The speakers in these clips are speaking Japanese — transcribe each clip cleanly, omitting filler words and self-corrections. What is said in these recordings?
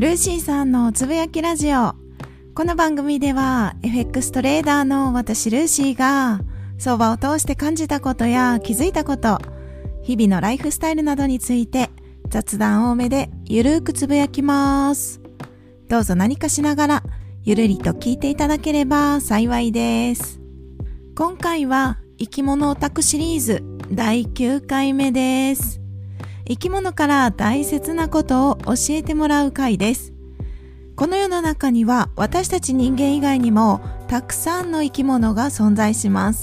ルーシーさんのつぶやきラジオ。この番組では FX トレーダーの私ルーシーが相場を通して感じたことや気づいたこと、日々のライフスタイルなどについて雑談多めでゆるーくつぶやきます。どうぞ何かしながらゆるりと聞いていただければ幸いです。今回は生き物オタクシリーズ第9回目です。生き物から大切なことを教えてもらう回です。この世の中には私たち人間以外にもたくさんの生き物が存在します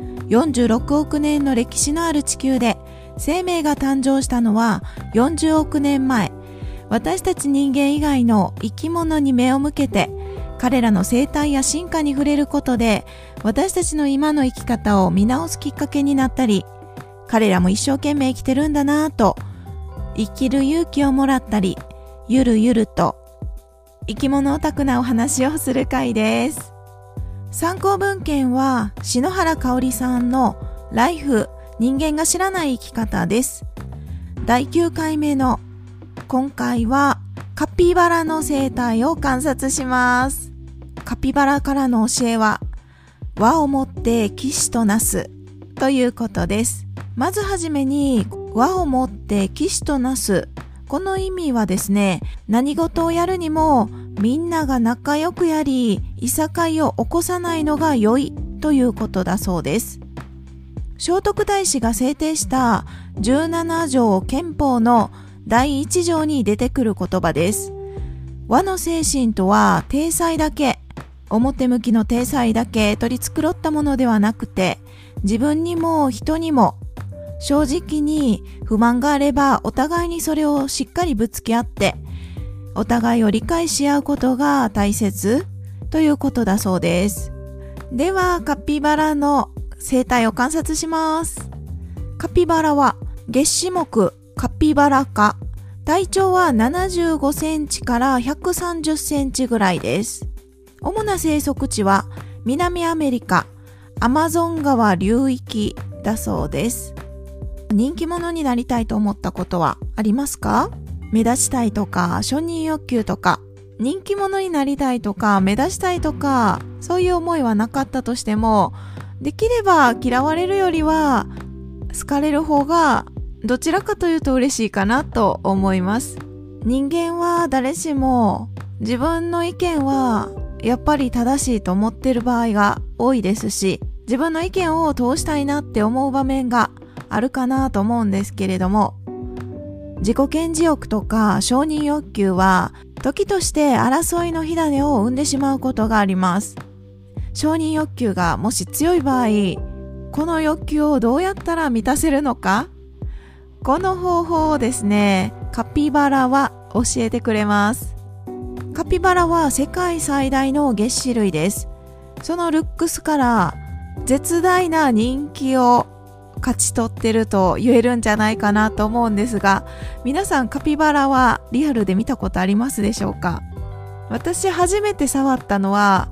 。46億年の歴史のある地球で生命が誕生したのは40億年前。私たち人間以外の生き物に目を向けて彼らの生態や進化に触れることで私たちの今の生き方を見直すきっかけになったり、彼らも一生懸命生きてるんだなぁと生きる勇気をもらったり、ゆるゆると生き物オタクなお話をする回です。参考文献は篠原かおりさんのライフ人間が知らない生き方です。第9回目の今回はカピバラの生態を観察します。カピバラからの教えは和をもって騎士となすということです。まずはじめに和をもって騎士となす、この意味はですね、何事をやるにもみんなが仲良くやり、いさかいを起こさないのが良いということだそうです。聖徳太子が制定した17条憲法の第1条に出てくる言葉です。和の精神とは体裁だけ、表向きの体裁だけ取り繕ったものではなくて、自分にも人にも正直に不満があればお互いにそれをしっかりぶつけ合ってお互いを理解し合うことが大切ということだそうです。ではカピバラの生態を観察します。カピバラは月歯目カピバラ科、体長は75センチから130センチぐらいです。主な生息地は南アメリカ、アマゾン川流域だそうです。人気者になりたいと思ったことはありますか？目立ちたいとか承認欲求とか、人気者になりたいとか目立ちたいとか、そういう思いはなかったとしても、できれば嫌われるよりは好かれる方がどちらかというと嬉しいかなと思います。人間は誰しも自分の意見はやっぱり正しいと思っている場合が多いですし、自分の意見を通したいなって思う場面があるかなと思うんですけれども、自己顕示欲とか承認欲求は時として争いの火種を生んでしまうことがあります。承認欲求がもし強い場合、この欲求をどうやったら満たせるのか、この方法をですね、カピバラは教えてくれます。カピバラは世界最大の月歯類です。そのルックスから絶大な人気を勝ち取ってると言えるんじゃないかなと思うんですが、皆さんカピバラはリアルで見たことありますでしょうか？私初めて触ったのは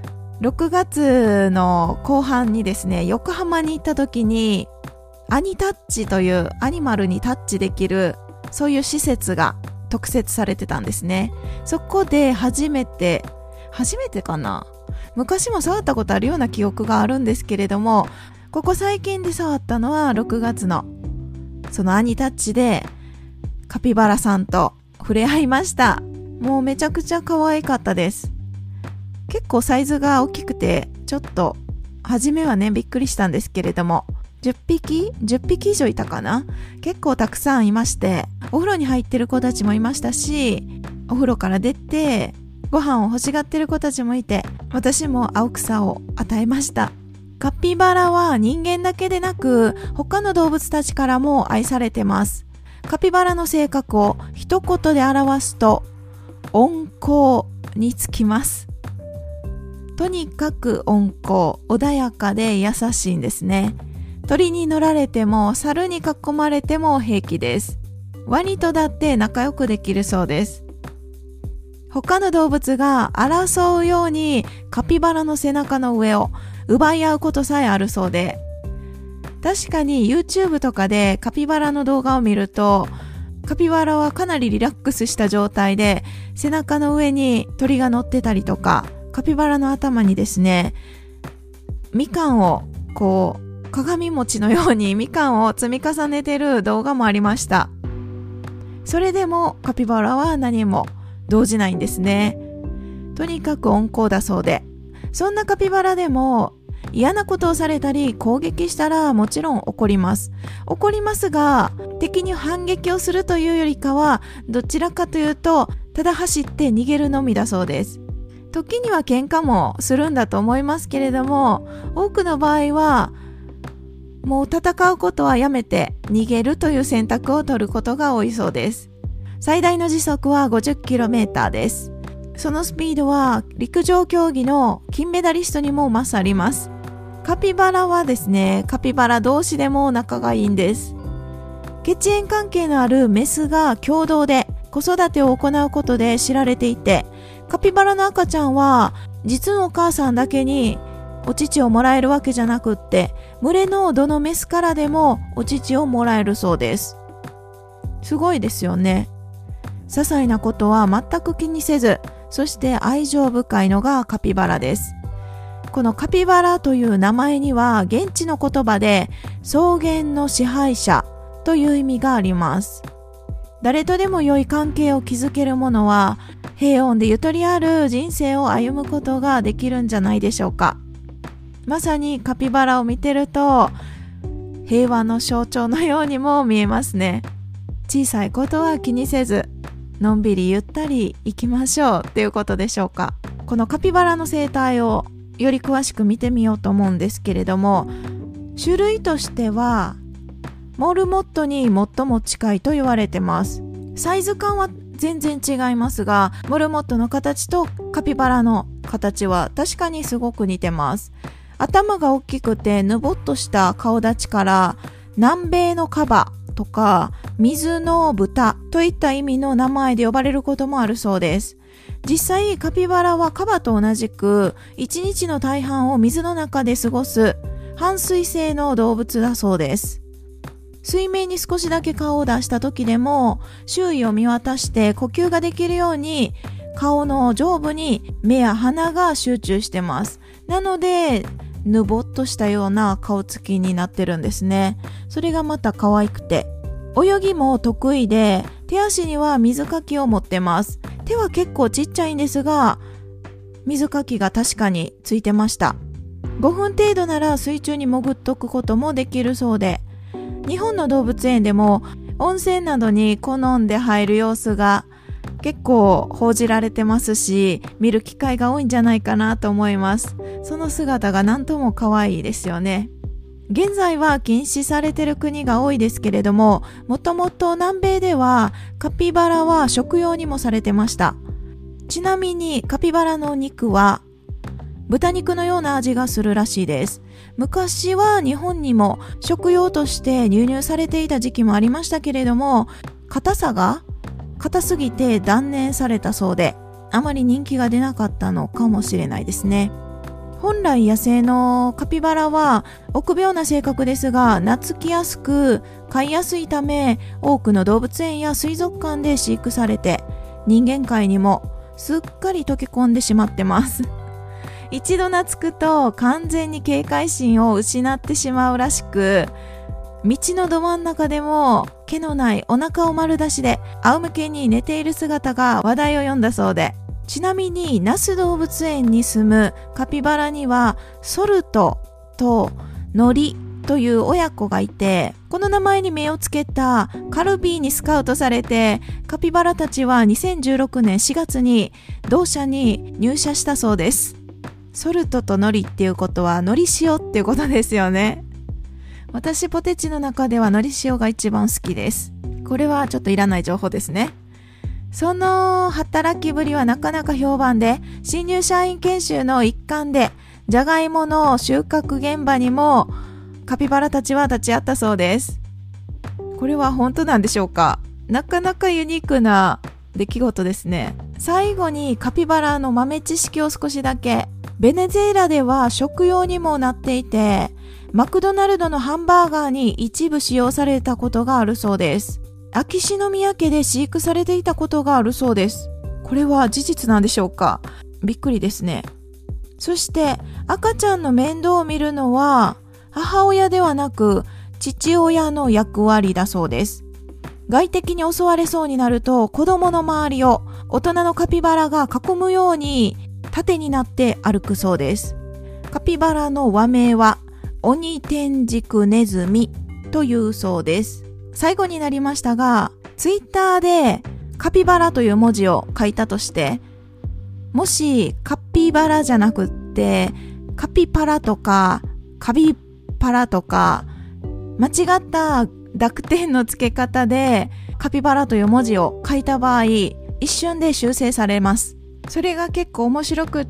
6月の後半にですね、横浜に行った時にアニタッチというアニマルにタッチできるそういう施設が特設されてたんですね。そこで初めてかな、昔も触ったことあるような記憶があるんですけれども、ここ最近で触ったのは6月のそのアニタッチでカピバラさんと触れ合いました。もうめちゃくちゃ可愛かったです。結構サイズが大きくて、ちょっと初めはねびっくりしたんですけれども、10匹以上いたかな。結構たくさんいまして、お風呂に入ってる子たちもいましたし、お風呂から出てご飯を欲しがってる子たちもいて、私も青草を与えました。カピバラは人間だけでなく他の動物たちからも愛されてます。カピバラの性格を一言で表すと温厚につきます。とにかく温厚、穏やかで優しいんですね。鳥に乗られても猿に囲まれても平気です。ワニとだって仲良くできるそうです。他の動物が争うようにカピバラの背中の上を奪い合うことさえあるそうで、確かに YouTube とかでカピバラの動画を見るとカピバラはかなりリラックスした状態で、背中の上に鳥が乗ってたりとか、カピバラの頭にですね、みかんを鏡餅のようにみかんを積み重ねてる動画もありました。それでもカピバラは何も動じないんですね。とにかく温厚だそうで、そんなカピバラでも嫌なことをされたり攻撃したらもちろん怒ります。怒りますが、敵に反撃をするというよりかは、どちらかというとただ走って逃げるのみだそうです。時には喧嘩もするんだと思いますけれども、多くの場合はもう戦うことはやめて逃げるという選択を取ることが多いそうです。最大の時速は 50km です。そのスピードは陸上競技の金メダリストにも勝ります。カピバラはですね、カピバラ同士でも仲がいいんです。血縁関係のあるメスが共同で子育てを行うことで知られていて、カピバラの赤ちゃんは実のお母さんだけにお乳をもらえるわけじゃなくって、群れのどのメスからでもお乳をもらえるそうです。すごいですよね。些細なことは全く気にせず、そして愛情深いのがカピバラです。このカピバラという名前には現地の言葉で草原の支配者という意味があります。誰とでも良い関係を築ける者は平穏でゆとりある人生を歩むことができるんじゃないでしょうか。まさにカピバラを見てると平和の象徴のようにも見えますね。小さいことは気にせず、のんびりゆったり行きましょうっていうことでしょうか。このカピバラの生態をより詳しく見てみようと思うんですけれども、種類としてはモルモットに最も近いと言われてます。サイズ感は全然違いますが、モルモットの形とカピバラの形は確かにすごく似てます。頭が大きくてぬぼっとした顔立ちから南米のカバとか水の豚といった意味の名前で呼ばれることもあるそうです。実際カピバラはカバと同じく一日の大半を水の中で過ごす半水生の動物だそうです。水面に少しだけ顔を出した時でも周囲を見渡して呼吸ができるように顔の上部に目や鼻が集中してます。なのでぬぼっとしたような顔つきになってるんですね。それがまた可愛くて、泳ぎも得意で手足には水かきを持ってます。手は結構ちっちゃいんですが水かきが確かについてました。5分程度なら水中に潜っとくこともできるそうで、日本の動物園でも温泉などに好んで入る様子が結構報じられてますし、見る機会が多いんじゃないかなと思います。その姿がなんとも可愛いですよね。現在は禁止されている国が多いですけれども、もともと南米ではカピバラは食用にもされてました。ちなみにカピバラの肉は豚肉のような味がするらしいです。昔は日本にも食用として輸入されていた時期もありましたけれども、硬さが硬すぎて断念されたそうで、あまり人気が出なかったのかもしれないですね。本来野生のカピバラは臆病な性格ですが、懐きやすく飼いやすいため、多くの動物園や水族館で飼育されて、人間界にもすっかり溶け込んでしまってます。一度懐くと完全に警戒心を失ってしまうらしく、道のど真ん中でも毛のないお腹を丸出しで仰向けに寝ている姿が話題を呼んだそうで、ちなみに那須動物園に住むカピバラにはソルトとノリという親子がいて、この名前に目をつけたカルビーにスカウトされて、カピバラたちは2016年4月に同社に入社したそうです。ソルトとノリっていうことはのり塩っていうことですよね。私ポテチの中ではのり塩が一番好きです。これはちょっといらない情報ですね。その働きぶりはなかなか評判で、新入社員研修の一環でじゃがいもの収穫現場にもカピバラたちは立ち会ったそうです。これは本当なんでしょうか。なかなかユニークな出来事ですね。最後にカピバラの豆知識を少しだけ。ベネズエラでは食用にもなっていて、マクドナルドのハンバーガーに一部使用されたことがあるそうです。 秋篠宮家で飼育されていたことがあるそうです。これは事実なんでしょうか？びっくりですね。そして赤ちゃんの面倒を見るのは母親ではなく父親の役割だそうです。外敵に襲われそうになると子供の周りを大人のカピバラが囲むように縦になって歩くそうです。カピバラの和名はオニテンジクネズミというそうです。最後になりましたが、ツイッターでカピバラという文字を書いたとして、もしカピバラじゃなくってカピパラとかカビパラとか間違った濁点の付け方でカピバラという文字を書いた場合、一瞬で修正されます。それが結構面白くって、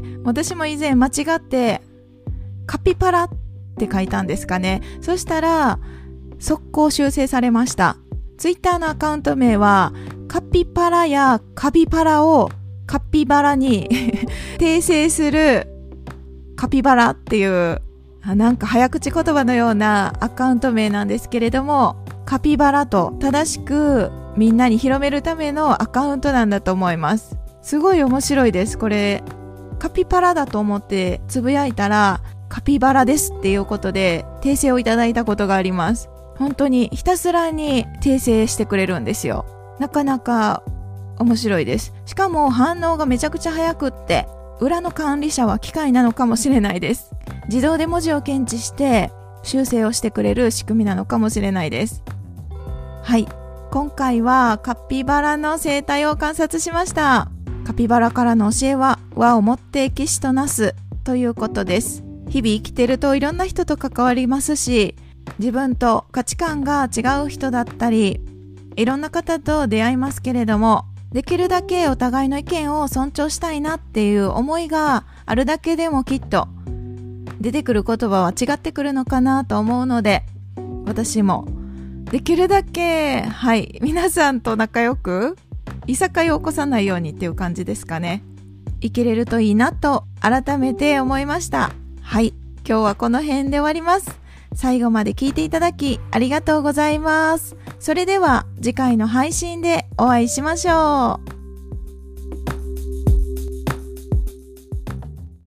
私も以前間違ってカピパラって書いたんですかね。そしたら速攻修正されました。ツイッターのアカウント名はカピパラやカビパラをカピバラに訂正するカピバラっていうなんか早口言葉のようなアカウント名なんですけれども、カピバラと正しくみんなに広めるためのアカウントなんだと思います。すごい面白いです。これカピパラだと思ってつぶやいたらカピバラですっていうことで訂正をいただいたことがあります。本当にひたすらに訂正してくれるんですよ。なかなか面白いです。しかも反応がめちゃくちゃ早くって、裏の管理者は機械なのかもしれないです。自動で文字を検知して修正をしてくれる仕組みなのかもしれないです。はい、今回はカピバラの生態を観察しました。カピバラからの教えは和をもって騎士となすということです。日々生きてるといろんな人と関わりますし、自分と価値観が違う人だったりいろんな方と出会いますけれども、できるだけお互いの意見を尊重したいなっていう思いがあるだけでもきっと出てくる言葉は違ってくるのかなと思うので、私もできるだけ皆さんと仲良くいさかいを起こさないようにっていう感じですかね。生きれるといいなと改めて思いました。はい、今日はこの辺で終わります。最後まで聞いていただきありがとうございます。それでは次回の配信でお会いしましょう。